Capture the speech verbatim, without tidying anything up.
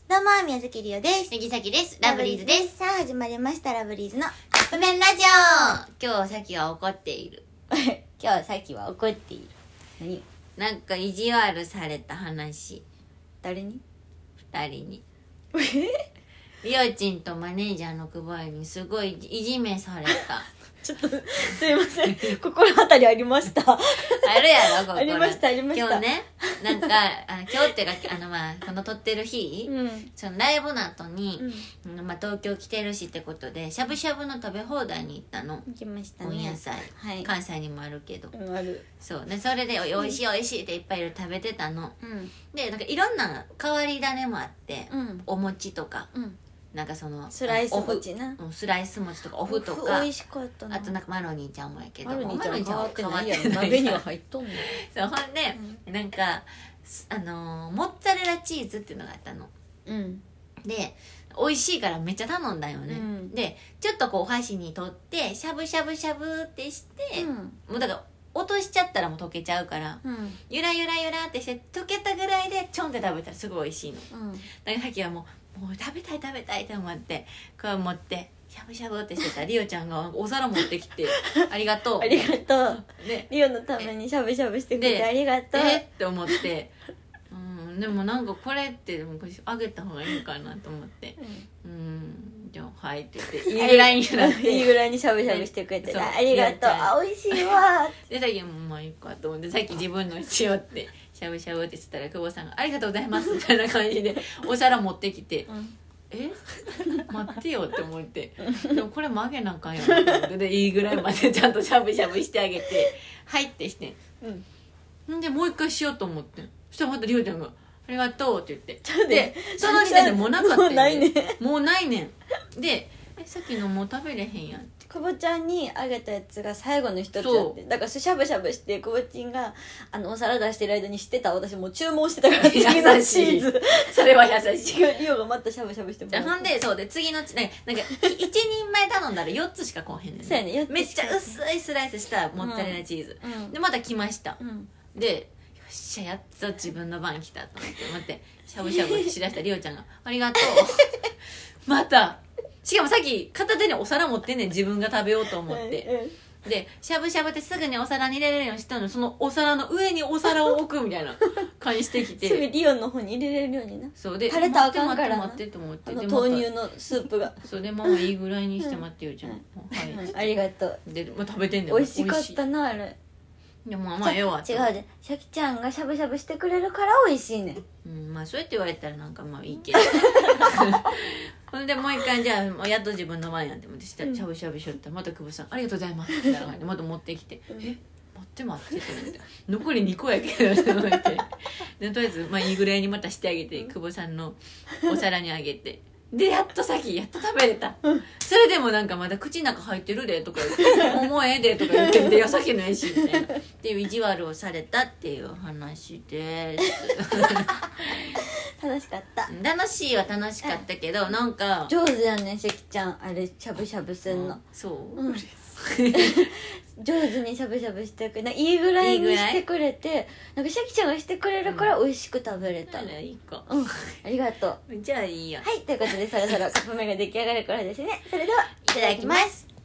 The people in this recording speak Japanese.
どうも、宮崎りおです。 杉崎です。ラブリーズです。 さあ、始まりました、ラブリーズのカップ麺ラジオ。今日さきは怒っている。 今日さきは怒っている。何？ なんか意地悪された話。 誰に？ 二人に。りおちんとマネージャーの久保井にすごいいじめされた。 ちょっとすいません、心当たりありました。 あるやろ心。 ありましたありました。 今日ね、なんかあ今日っていうかあのまあこの撮ってる日、うん、そのライブの後に、うん、まあ東京来てるしってことでしゃぶしゃぶの食べ放題に行ったの。 行きましたね。 温野菜、はい、関西にもあるけど。 うん、ある。 そうね、それでおいしいおいしいっていっぱいいろいろ食べてたの。うん、でなんかいろんな変わり種もあって、うん、お餅とか。うんなんかそのスライス餅な、 うん、スライス餅とかお麩とか美味しかったな。 あとなんかマロニーちゃんもやけどマロニーちゃん変わってないやん鍋には入っとんの。 そうほんで、うん、なんかあのー、モッツァレラチーズっていうのがあったの、うん、で美味しいからめっちゃ頼んだよね、うん、でちょっとこうお箸に取ってしゃぶしゃぶしゃぶってして、うん、もうだから落としちゃったらもう溶けちゃうから、うん、ゆらゆらゆらってして溶けたぐらいでちょんって食べたらすごい美味しいの、うん、だからさっきはもうもう食べたい食べたいと思ってこう持ってしゃぶしゃぶってしてたリオちゃんがお皿持ってきてありがとうありがとう、ね、リオのためにしゃぶしゃぶしてくれてありがとうえって思って、うん、でもなんかこれってでもあげた方がいいかなと思って、うん、うんじゃあはいって言っていいぐらいになっていいぐらいにしゃぶしゃぶしてくれて、ね、ありがとうあ美味しいわでさっきもまあいいかと思ってさっき自分のしようってしゃぶしゃぶって言ったら久保さんが「ありがとうございます」みたいな感じでお皿持ってきて「うん、え待ってよ」って思ってでもこれもあげなあかんやんと思ってでいいぐらいまでちゃんとしゃぶしゃぶしてあげて「はい」ってして、うん、でもう一回しようと思ってそしたらまたりおちゃんが「ありがとう」って言ってでその時点でもうなかったんでもうないねんもうないねんでえさっきのもう食べれへんやんって久保ちゃんにあげたやつが最後の一つだってだからしゃぶしゃぶして久保ちんがあのお皿出してる間に知ってた私もう注文してたから次のチーズそれは優しいリオがまたしゃぶしゃぶしてもらってほんでそうで次のなんかなんかいちにんまえ頼んだらよっつしかこうへんねん、ね、 そうやねよっつめっちゃ薄いスライスしたモッツァレラチーズ、うん、でまた来ました、うん、でよっしゃやっと自分の番来たと思って待ってしゃぶしゃぶしだしたりおちゃんが「ありがとう」またしかもさっき片手にお皿持ってんねん自分が食べようと思って、うん、でしゃぶしゃぶってすぐにお皿に入れれるようにしたのそのお皿の上にお皿を置くみたいな感じしてきてすぐリオンの方に入れれるようになそうで垂れたらあかんから待って待ってと思ってあの豆乳のスープがそうでママいいぐらいにして待ってよじゃん、 うんはい、ありがとうで、まあ、食べてんねん美味しかったなあれでもまあええわ違うでシャキちゃんがしゃぶしゃぶしてくれるから美味しいねん、 うん、まあそうやって言われたらなんかまあいいけどほんでもう一回じゃあやっと自分の番やんって思ってしゃぶしゃぶしよったらまた久保さんありがとうございますみたいな感じでまた持ってきて、うん、え待って待ってって思って残りにこやけどと思ってでとりあえずまあいいぐらいにまたしてあげて久保さんのお皿にあげてでやっとさっきやっと食べれた、うん、それでもなんかまだ口の中入ってるでとか言ってもうええでとか言ってていやさっきのええしみたいなっていう意地悪をされたっていう話です楽しかった楽しいは楽しかったけどなんか上手やね関ちゃんあれしゃぶしゃぶすんの、うん、 そう、 うん上手にしゃぶしゃぶしてくれいいぐらいにしてくれてなんかシャキちゃんがしてくれるから美味しく食べれた、 うん、いいかうんありがとうじゃあいいやはいということでそろそろカップ麺が出来上がる頃ですねそれではいただきます